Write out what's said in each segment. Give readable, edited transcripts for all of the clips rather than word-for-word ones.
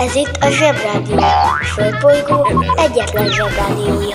Ez itt a Zsebrádió, a Földbolygó egyetlen Zsebrádiója.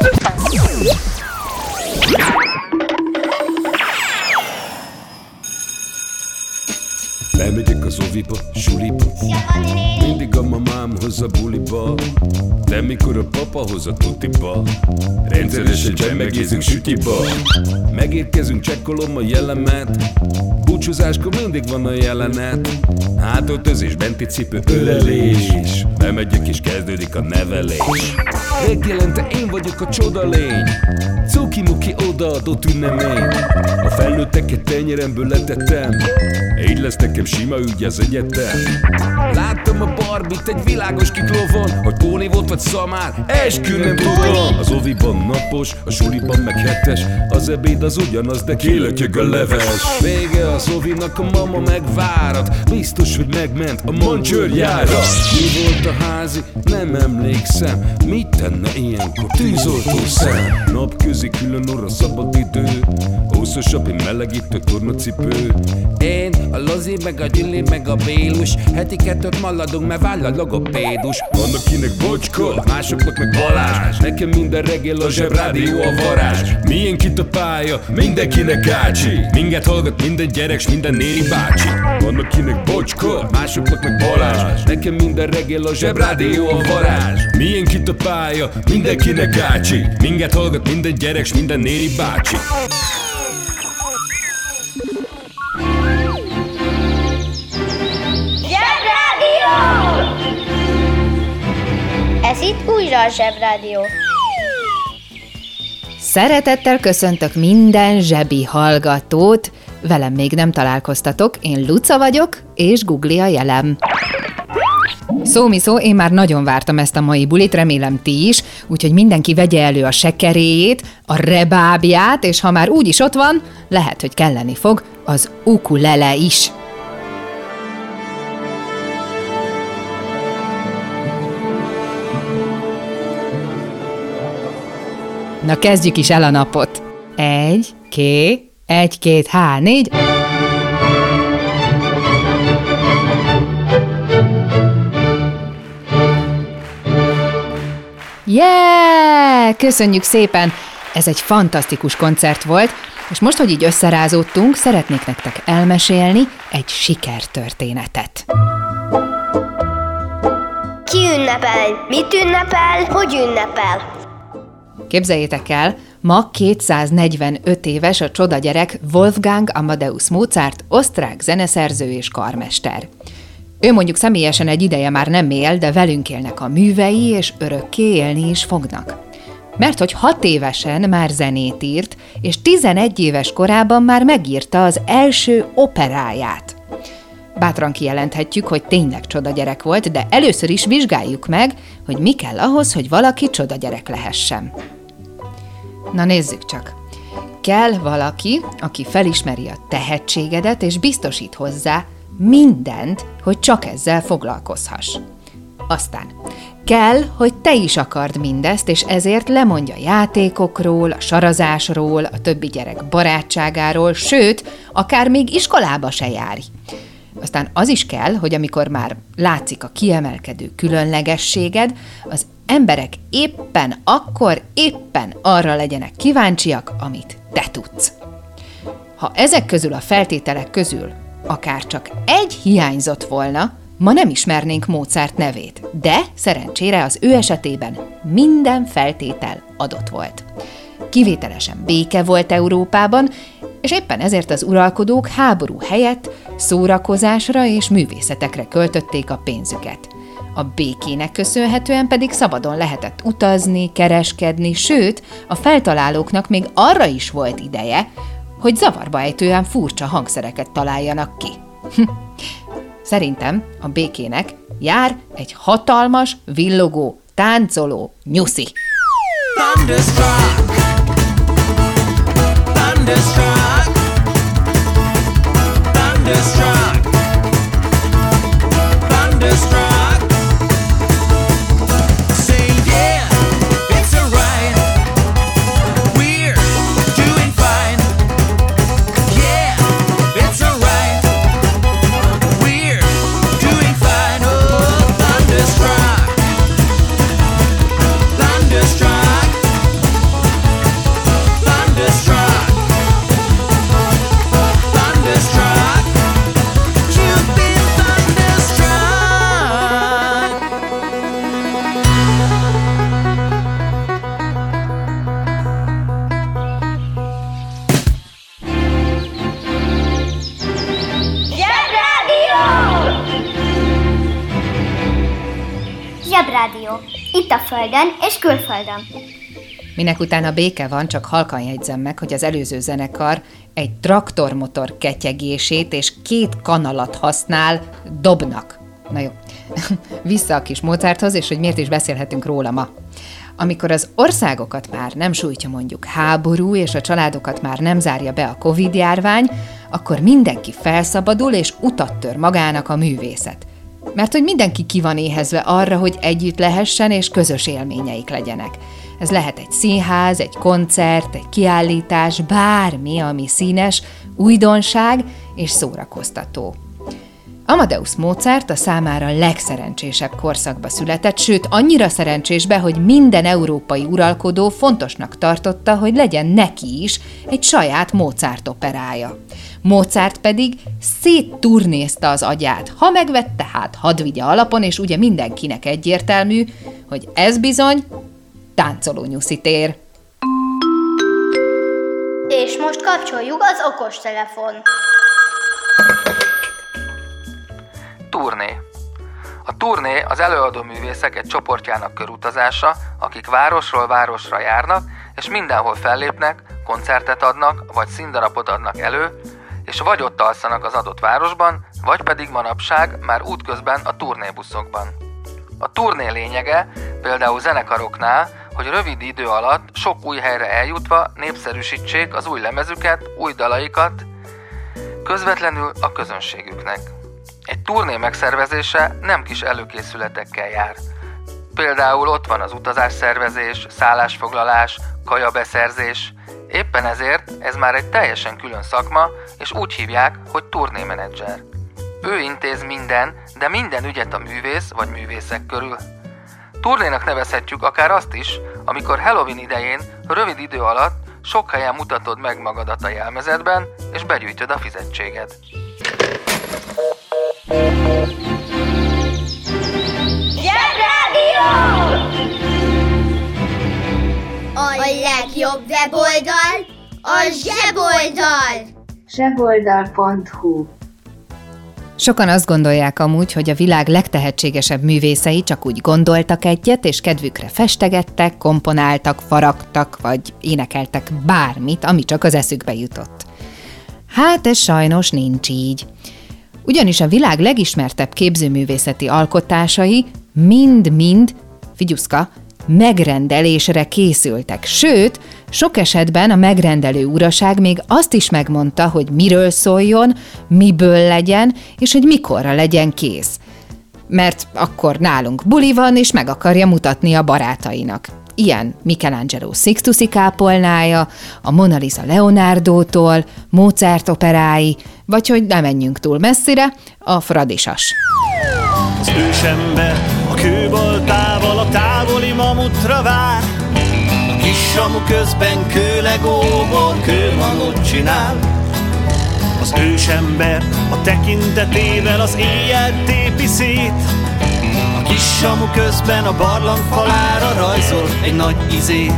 Bemegyek az oviba, suliba, mindig a mamám hoz a buliba, de mikor a papa hoz a tutiba, rendszeresen csemmegézünk sütiba. Megérkezünk, csekkolom a jellemet, búcsúzáskor mindig van a jelenet. Hátöltözés, benti cipő, ölelés, bemegyek és kezdődik a nevelés. Reggelente én vagyok a csoda lény, cuki-muki odaadott ünnemény. A felnőtteket tenyeremből letettem, így lesz nekem sima ügy az egyetem. Láttam a Barbit egy világos kiklovon, hogy Póni volt vagy szamár, eskü nem tudom. Az oviban napos, a suliban meg hetes, az ebéd az ugyanaz, de kilötyög a leves. Vége az ovinak, a mama megvárat, biztos, hogy megment a mancsőrjára. Mi volt a házi? Nem emlékszem, mit tenne ilyenkor tűzoltó szem? Napközi külön orra szabad idő, húszosabb, én melegítő tornacipő. Én, a Lozi, meg a Gyüli, meg a Bélus, heti kettőt maladunk, mert váll a logopédus. Van akinek Bocska, másoknak meg Balázs, nekem minden reggel a Zsebrádió a varázs. Miénk itt a pálya, mindenkinek ácsi, minket hallgat minden gyerek s minden néri bácsi. Van akinek Bocska, másoknak meg Balázs, nekem minden reggel a Zsebrádió a varázs. Miénk itt a pálya, mindenkinek ácsi, minket hallgat minden gyerek s minden néri bácsi. Ez itt újra a Zsebrádió. Szeretettel köszöntök minden zsebi hallgatót. Velem még nem találkoztatok, én Luca vagyok, és Googli a jelem. Szó, én már nagyon vártam ezt a mai bulit, remélem ti is, úgyhogy mindenki vegye elő a sekeréjét, a rebábját, és ha már úgyis ott van, lehet, hogy kelleni fog az ukulele is. Na kezdjük is el a napot. 1, 2, 3, 4. Yeah! Köszönjük szépen! Ez egy fantasztikus koncert volt, és most, hogy így összerázódtunk, szeretnék nektek elmesélni egy sikertörténetet. Ki ünnepel? Mit ünnepel? Hogy ünnepel? Képzeljétek el, ma 245 éves a csoda gyerek Wolfgang Amadeus Mozart, osztrák zeneszerző és karmester. Ő mondjuk személyesen egy ideje már nem él, de velünk élnek a művei, és örökké élni is fognak. Mert hogy 6 évesen már zenét írt, és 11 éves korában már megírta az első operáját. Bátran kijelenthetjük, hogy tényleg csoda gyerek volt, de először is vizsgáljuk meg, hogy mi kell ahhoz, hogy valaki csoda gyerek lehessen. Na nézzük csak. Kell valaki, aki felismeri a tehetségedet, és biztosít hozzá mindent, hogy csak ezzel foglalkozhass. Aztán kell, hogy te is akard mindezt, és ezért lemondj a játékokról, a sarazásról, a többi gyerek barátságáról, sőt, akár még iskolába se járj. Aztán az is kell, hogy amikor már látszik a kiemelkedő különlegességed, az emberek éppen arra legyenek kíváncsiak, amit te tudsz. Ha ezek közül a feltételek közül akár csak egy hiányzott volna, ma nem ismernénk Mozart nevét, de szerencsére az ő esetében minden feltétel adott volt. Kivételesen béke volt Európában, és éppen ezért az uralkodók háború helyett szórakozásra és művészetekre költötték a pénzüket. A békének köszönhetően pedig szabadon lehetett utazni, kereskedni, sőt, a feltalálóknak még arra is volt ideje, hogy zavarba ejtően furcsa hangszereket találjanak ki. Szerintem a békének jár egy hatalmas, villogó, táncoló nyuszi. Thunderstruck, thunderstruck, thunderstruck, thunderstruck. Say yeah, it's alright. We're doing fine. Yeah, it's alright. We're doing fine. Oh, thunder. itt a Földön és külföldön. Minek utána béke van, csak halkan jegyzem meg, hogy az előző zenekar egy traktormotor ketyegését és 2 kanalat használ dobnak. Na jó, vissza a kis Mozarthoz, és hogy miért is beszélhetünk róla ma. Amikor az országokat már nem sújtja mondjuk háború, és a családokat már nem zárja be a Covid-járvány, akkor mindenki felszabadul, és utat tör magának a művészet. Mert hogy mindenki ki van éhezve arra, hogy együtt lehessen, és közös élményeik legyenek. Ez lehet egy színház, egy koncert, egy kiállítás, bármi, ami színes, újdonság és szórakoztató. Amadeus Mozart a számára legszerencsésebb korszakba született, sőt annyira szerencsésbe, hogy minden európai uralkodó fontosnak tartotta, hogy legyen neki is egy saját Mozart operája. Mozart pedig szétturnézte az agyát, ha megvette, hát hadd vigye alapon, és ugye mindenkinek egyértelmű, hogy ez bizony táncoló nyuszitér. És most kapcsoljuk az okostelefon. Turné. A turné az előadó művészek egy csoportjának körutazása, akik városról városra járnak, és mindenhol fellépnek, koncertet adnak, vagy színdarabot adnak elő, és vagy ott alszanak az adott városban, vagy pedig manapság már útközben a turnébuszokban. A turné lényege, például zenekaroknál, hogy rövid idő alatt sok új helyre eljutva népszerűsítsék az új lemezüket, új dalaikat, közvetlenül a közönségüknek. Egy turné megszervezése nem kis előkészületekkel jár. Például ott van az utazásszervezés, szállásfoglalás, kajabeszerzés. Éppen ezért ez már egy teljesen külön szakma, és úgy hívják, hogy turnémenedzser. Ő intéz minden, de minden ügyet a művész vagy művészek körül. Turnénak nevezhetjük akár azt is, amikor Halloween idején rövid idő alatt sok helyen mutatod meg magadat a jelmezetben, és begyűjtöd a fizetséged. Zsebrádió! A legjobb weboldal a Zseboldal! Zseboldal.hu. Sokan azt gondolják amúgy, hogy a világ legtehetségesebb művészei csak úgy gondoltak egyet, és kedvükre festegettek, komponáltak, faragtak, vagy énekeltek bármit, ami csak az eszükbe jutott. Hát ez sajnos nincs így. Ugyanis a világ legismertebb képzőművészeti alkotásai mind-mind, figyuszka, megrendelésre készültek. Sőt, sok esetben a megrendelő uraság még azt is megmondta, hogy miről szóljon, miből legyen, és hogy mikorra legyen kész. Mert akkor nálunk buli van, és meg akarja mutatni a barátainak. Ilyen Michelangelo Sixtusi kápolnája, a Mona Lisa Leonardótól, Mozart operái, vagy hogy ne menjünk túl messzire, a Fradisas. Az ősember a kőbaltával a távoli mamutra vár. A kis samu közben kőlegóból kőmanut csinál. Az ősember a tekintetével az éjjel tépi szét. A kis samu közben a barlang falára rajzol egy nagy izét.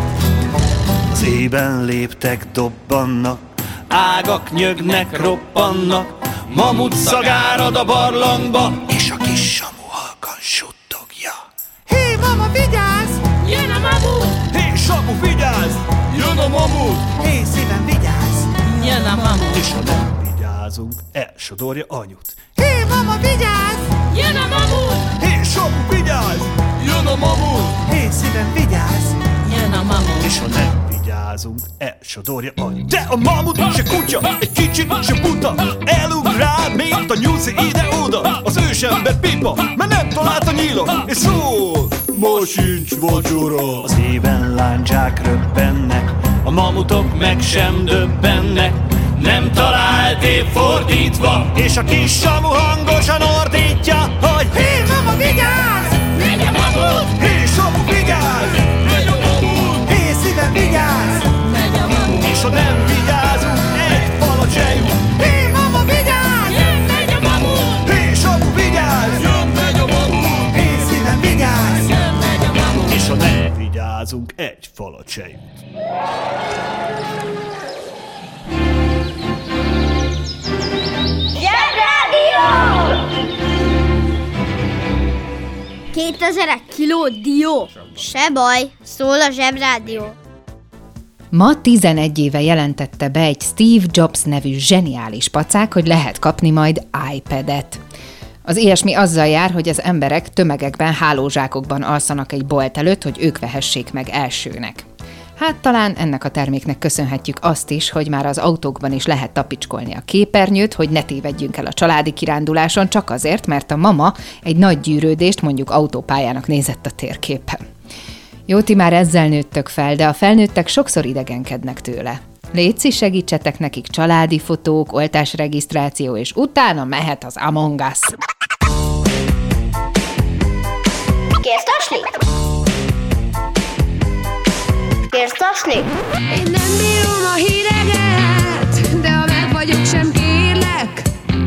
Az éjben léptek dobbannak, ágak nyögnek, roppannak, mamut szagárad a barlangba, és a kis samu halkan suttogja. Hé, mama, vigyázz! Jön a mamut! Hé, samu, vigyázz! Jön a mamut! Hé, szívem, vigyázz! Jön a mamut! És ha nem vigyázunk, elsodorja anyut. Hé, mama, vigyázz! Jön a mamut! Hé, samu, vigyázz! Jön a mamut! Hé, szívem, vigyázz! Jön a mamut! És ha nem vigyázunk, elsodorja anyut. De a mamut se kutya, egy kicsi se buta, elugrál, mint a nyuszi ide-oda. Az ősember pipa, mert nem talált a nyílon, és szól, ma sincs vacsora. Az éven lándzsák röbbennek, a mamutok meg sem döbbennek. Nem talált épp fordítva, és a kis samu hangosan ordítja, hogy hé, mama, vigyázz! Megy a mamut! Hé, samu, vigyázz! Megy a mamut! Hé, szívem, vigyázz! Megy a mamut! És ha nem vigyázunk, egy falat se jut. Hé, mama, vigyázz! Jön, megy a mamut! Hé, samu, vigyázz! Jön, megy a mamut! Hé, szívem, vigyázz! Jön, megy a mamut! És ha nem vigyázunk, egy falat se jut. 2000 kiló dió. Se baj, szól a Zsebrádió. Ma 11 éve jelentette be egy Steve Jobs nevű zseniális pacák, hogy lehet kapni majd iPad-et. Az ilyesmi azzal jár, hogy az emberek tömegekben hálózsákokban alszanak egy bolt előtt, hogy ők vehessék meg elsőnek. Hát talán ennek a terméknek köszönhetjük azt is, hogy már az autókban is lehet tapicskolni a képernyőt, hogy ne tévedjünk el a családi kiránduláson, csak azért, mert a mama egy nagy gyűrődést mondjuk autópályának nézett a térképen. Jó, ti már ezzel nőttök fel, de a felnőttek sokszor idegenkednek tőle. Létszi, segítsetek nekik családi fotók, oltásregisztráció, és utána mehet az Among Us. Kérsz taslit? Kérsz taslit? Én nem bírom a hideget, de ha meg vagyok, sem kérlek,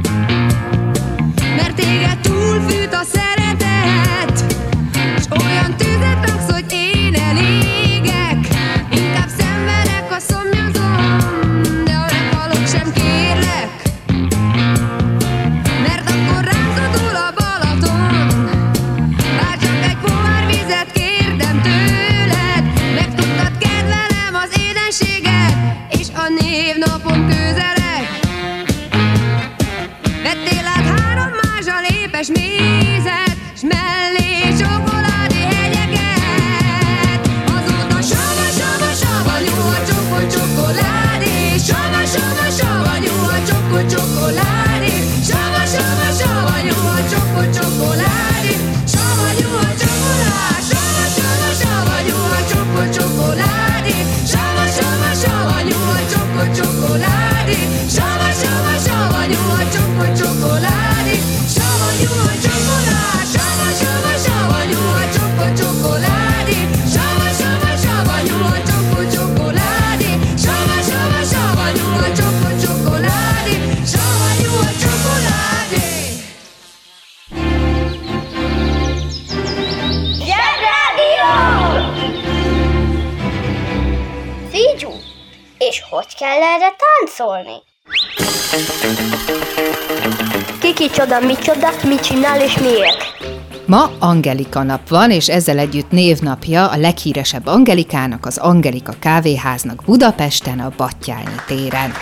mert téged túlfűt a szeretet, s olyan tüzet raksz, hogy én elégek. Inkább szenvedek, ha szomjazom, de ha meghalok, sem kérlek, mert akkor rázadul a Balaton. Bár csak egy pohár vizet kérdem tőled, meg tudtad, kedvelem az édenséget, és a névnapon közeleg. Vettél át 3 mázsa lépes mézet, s mellé csokoládé hegyeket. Azóta savanyú a csokoládé, savanyú a csokoládé, savanyú a csokoládé, savanyú a csokoládé, savanyú a csokoládé, savanyú a csokoládé, savanyú a csokoládé, savanyú a csokoládé, savanyú a csokoládé, savanyú a csokoládé, savanyú a csokoládé, savanyú a csokoládé. Zsebrádió! Figyú, és hogy kell erre táncolni? Kicsoda, micsoda, mit csinál és miért? Ma Angelika nap van, és ezzel együtt névnapja a leghíresebb Angelikának, az Angelika kávéháznak Budapesten, a Battyányi téren.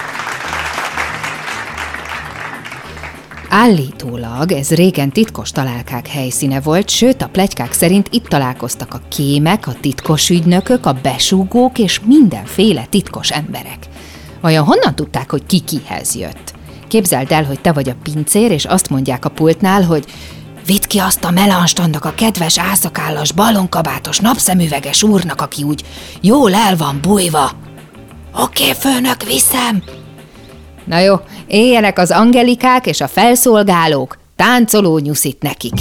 Állítólag ez régen titkos találkák helyszíne volt, sőt a pletykák szerint itt találkoztak a kémek, a titkos ügynökök, a besúgók és mindenféle titkos emberek. Vajon honnan tudták, hogy ki kihez jött? Képzeld el, hogy te vagy a pincér, és azt mondják a pultnál, hogy vidd ki azt a melanst annak a kedves ászakállas, ballonkabátos, napszemüveges úrnak, aki úgy jól el van bújva. Oké, főnök, viszem! Na jó, éljenek az Angelikák és a felszolgálók, táncoló nyuszit nekik!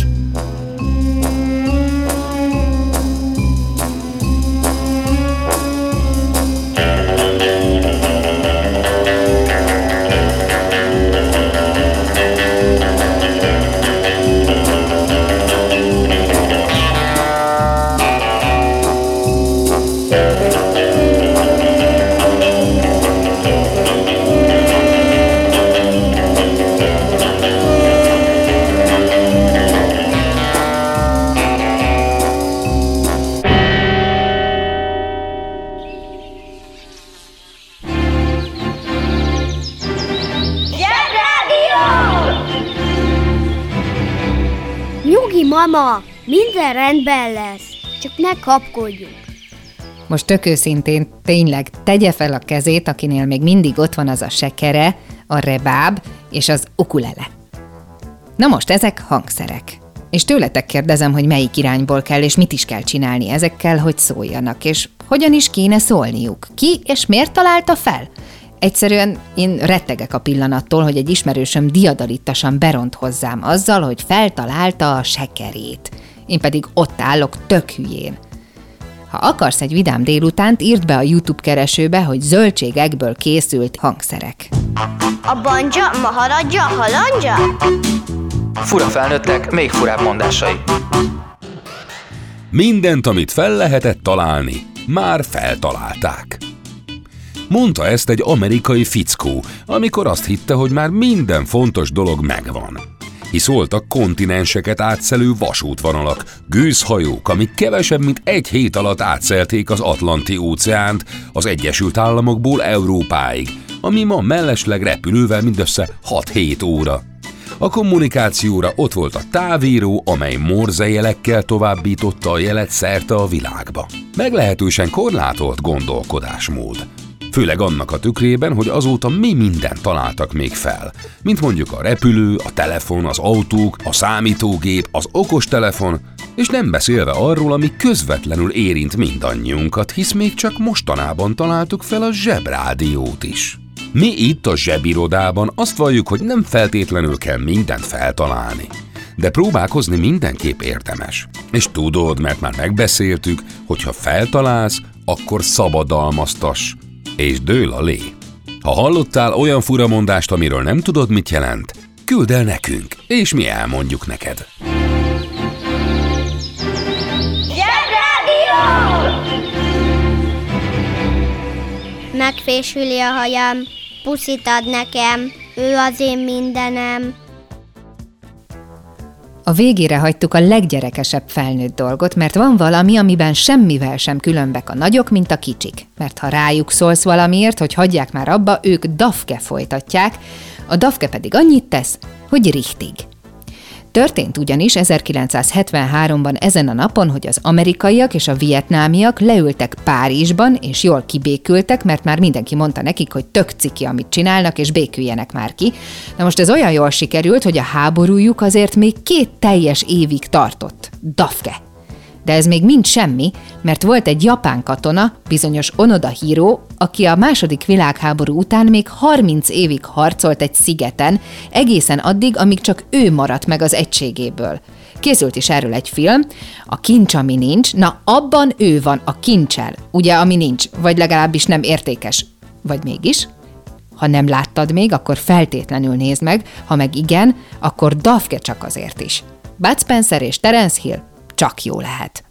Mama, minden rendben lesz, csak ne kapkodjunk. Most tök őszintén, tényleg tegye fel a kezét, akinél még mindig ott van az a sekere, a rebáb és az ukulele. Na most ezek hangszerek. És tőletek kérdezem, hogy melyik irányból kell és mit is kell csinálni ezekkel, hogy szóljanak, és hogyan is kéne szólniuk. Ki és miért találta fel? Egyszerűen én rettegek a pillanattól, hogy egy ismerősöm diadalittasan beront hozzám azzal, hogy feltalálta a sekerét. Én pedig ott állok tök hülyén. Ha akarsz egy vidám délutánt, írd be a YouTube keresőbe, hogy zöldségekből készült hangszerek. A banja, maharadja, halandja? Fura felnőttek, még furább mondásai. Mindent, amit fel lehetett találni, már feltalálták. Mondta ezt egy amerikai fickó, amikor azt hitte, hogy már minden fontos dolog megvan. hisz voltak kontinenseket átszelő vasútvonalak, gőzhajók, amik kevesebb mint 1 hét alatt átszelték az Atlanti-óceánt az Egyesült Államokból Európáig, ami ma mellesleg repülővel mindössze 6-7 óra. A kommunikációra ott volt a távíró, amely morzejelekkel továbbította a jelet szerte a világba. Meglehetősen korlátolt gondolkodásmód. Főleg annak a tükrében, hogy azóta mi mindent találtak még fel, mint mondjuk a repülő, a telefon, az autók, a számítógép, az okostelefon, és nem beszélve arról, ami közvetlenül érint mindannyiunkat, hisz még csak mostanában találtuk fel a zsebrádiót is. Mi itt a zsebirodában azt valljuk, hogy nem feltétlenül kell mindent feltalálni, de próbálkozni mindenképp érdemes. És tudod, mert már megbeszéltük, hogy ha feltalálsz, akkor szabadalmaztass, és dől a lé. Ha hallottál olyan furamondást, amiről nem tudod, mit jelent, küldd el nekünk, és mi elmondjuk neked. Zsebrádió! Megfésüli a hajam, puszit ad nekem, ő az én mindenem. A végére hagytuk a leggyerekesebb felnőtt dolgot, mert van valami, amiben semmivel sem különbek a nagyok, mint a kicsik. Mert ha rájuk szólsz valamiért, hogy hagyják már abba, ők dafke folytatják, a dafke pedig annyit tesz, hogy richtig. Történt ugyanis 1973-ban ezen a napon, hogy az amerikaiak és a vietnámiak leültek Párizsban, és jól kibékültek, mert már mindenki mondta nekik, hogy tök ciki, amit csinálnak, és béküljenek már ki. Na most ez olyan jól sikerült, hogy a háborújuk azért még 2 teljes évig tartott. Dafke. De ez még mind semmi, mert volt egy japán katona, bizonyos Onoda Hiro, aki a II. Világháború után még 30 évig harcolt egy szigeten, egészen addig, amíg csak ő maradt meg az egységéből. Készült is erről egy film, a kincs, ami nincs, na abban ő van, a kincsel, ugye, ami nincs, vagy legalábbis nem értékes. Vagy mégis? Ha nem láttad még, akkor feltétlenül nézd meg, ha meg igen, akkor dafke csak azért is. Bud Spencer és Terence Hill csak jó lehet.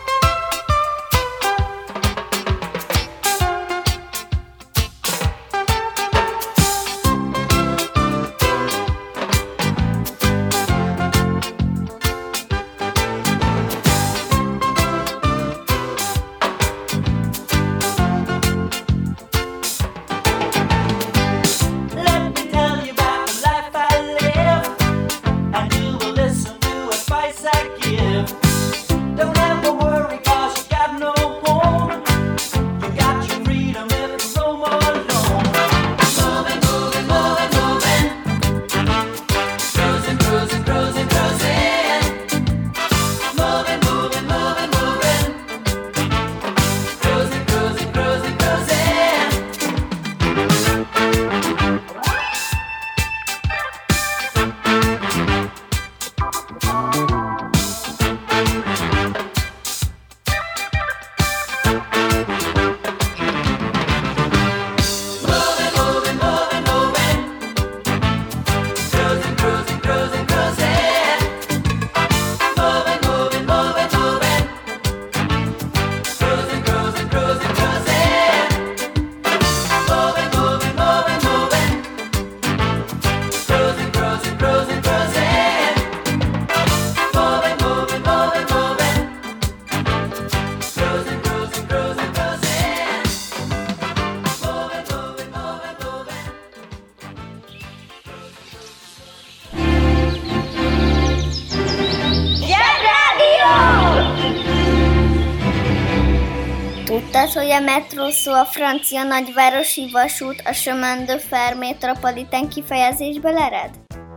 Tudtad, hogy a metró szó a francia nagyvárosi vasút a chemin de fer métropolitain kifejezésből ered?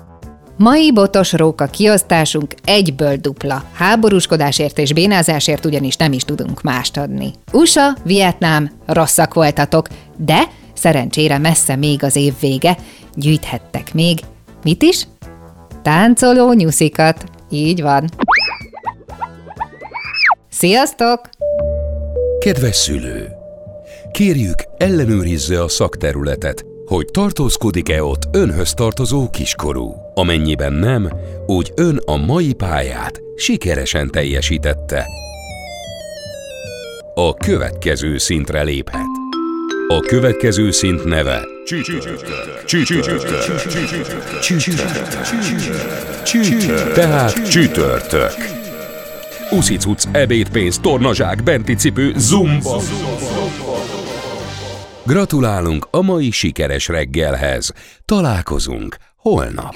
Mai botos róka kiosztásunk egyből dupla. Háborúskodásért és bénázásért ugyanis nem is tudunk mást adni. USA, Vietnám, rosszak voltatok, de szerencsére messze még az év vége. Gyűjthettek még. Mit is? Táncoló nyuszikat. Így van. Sziasztok! Kedves szülő! Kérjük, ellenőrizze a szakterületet, hogy tartózkodik-e ott önhöz tartozó kiskorú. Amennyiben nem, úgy ön a mai pályát sikeresen teljesítette. A következő szintre léphet. A következő szint neve Tehát csütörtök. Uszicuc, ebédpénz, tornazsák, benti cipő, zumba. Gratulálunk a mai sikeres reggelhez. Találkozunk holnap.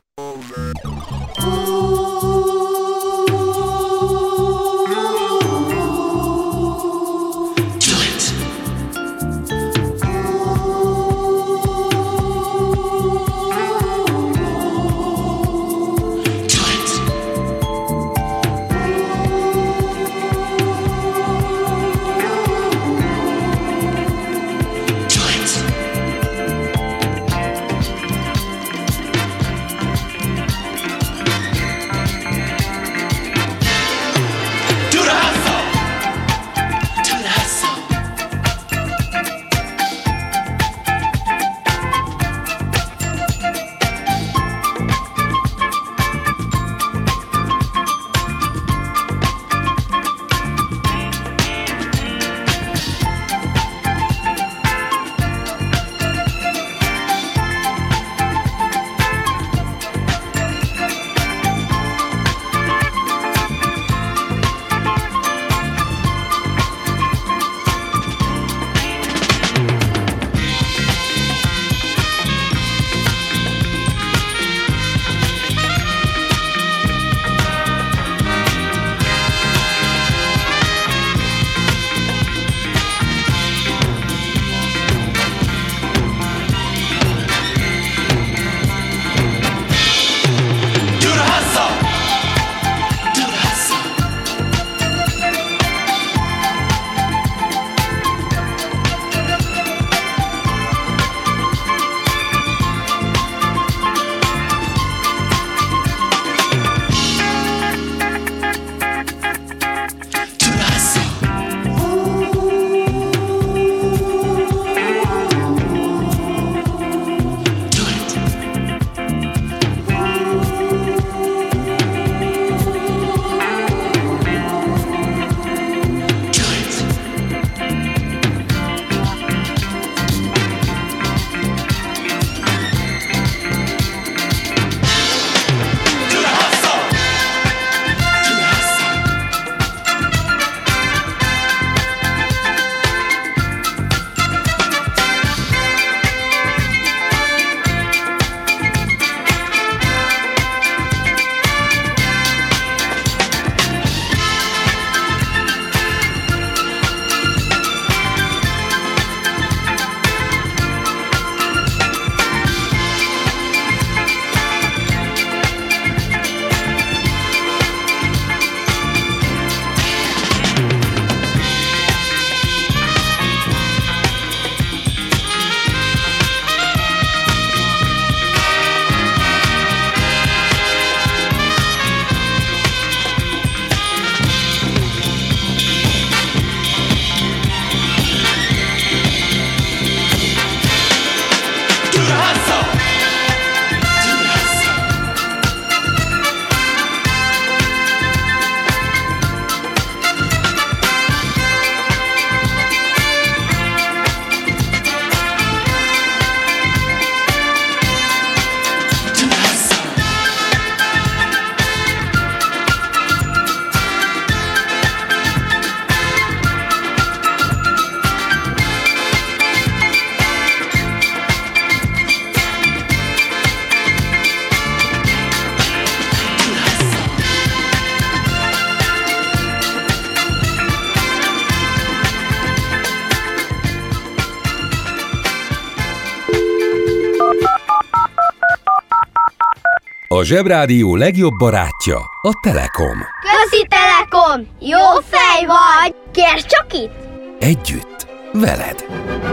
A Zsebrádió legjobb barátja a Telekom. Közi Telekom! Jó fej vagy! Kérd csak itt! Együtt, veled!